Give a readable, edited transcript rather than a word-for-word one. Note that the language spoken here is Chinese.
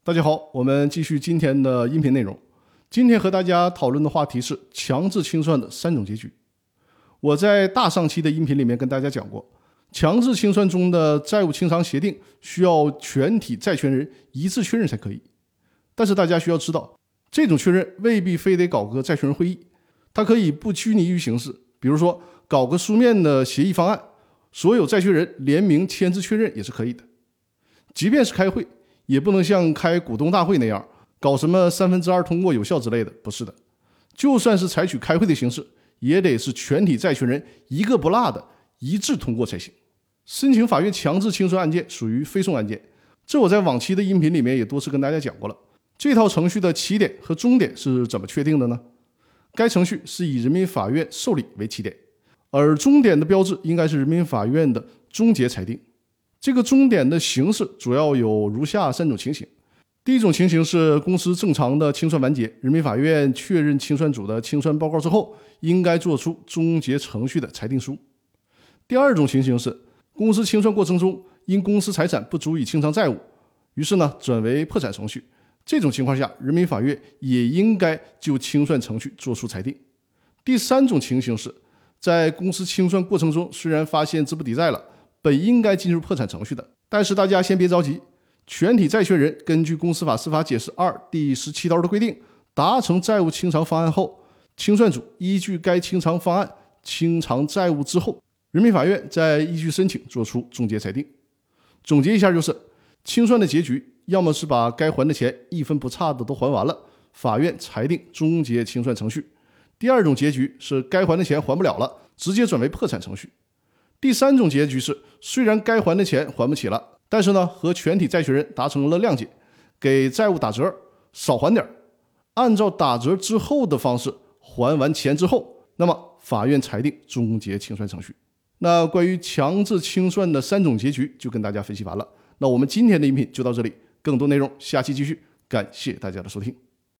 大家好，我们继续今天的音频内容。今天和大家讨论的话题是强制清算的3种结局。我在大上期的音频里面跟大家讲过，强制清算中的债务清偿协定需要全体债权人一致确认才可以。但是大家需要知道，这种确认未必非得搞个债权人会议，它可以不拘泥于形式，比如说搞个书面的协议方案，所有债权人联名签字确认也是可以的。即便是开会，也不能像开股东大会那样搞什么2/3通过有效之类的，不是的。就算是采取开会的形式，也得是全体债权人一个不落的一致通过才行。申请法院强制清算案件属于非讼案件，这我在往期的音频里面也多次跟大家讲过了。这套程序的起点和终点是怎么确定的呢？该程序是以人民法院受理为起点，而终点的标志应该是人民法院的终结裁定。这个终点的形式主要有如下3种情形。第一种情形是公司正常的清算完结，人民法院确认清算组的清算报告之后，应该做出终结程序的裁定书。第二种情形是公司清算过程中因公司财产不足以清偿债务，于是转为破产程序。这种情况下，人民法院也应该就清算程序作出裁定。第三种情形是在公司清算过程中虽然发现资不抵债了，本应该进入破产程序的，但是大家先别着急，全体债权人根据公司法司法解释2第17条的规定，达成债务清偿方案后，清算组依据该清偿方案清偿债务之后，人民法院再依据申请作出终结裁定。总结一下，就是清算的结局要么是把该还的钱一分不差的都还完了，法院裁定终结清算程序；第二种结局是该还的钱还不了了，直接转为破产程序；第三种结局是虽然该还的钱还不起了，但是和全体债权人达成了谅解，给债务打折，少还点，按照打折之后的方式还完钱之后，那么法院裁定终结清算程序。那关于强制清算的3种结局就跟大家分析完了。那我们今天的音频就到这里，更多内容下期继续，感谢大家的收听。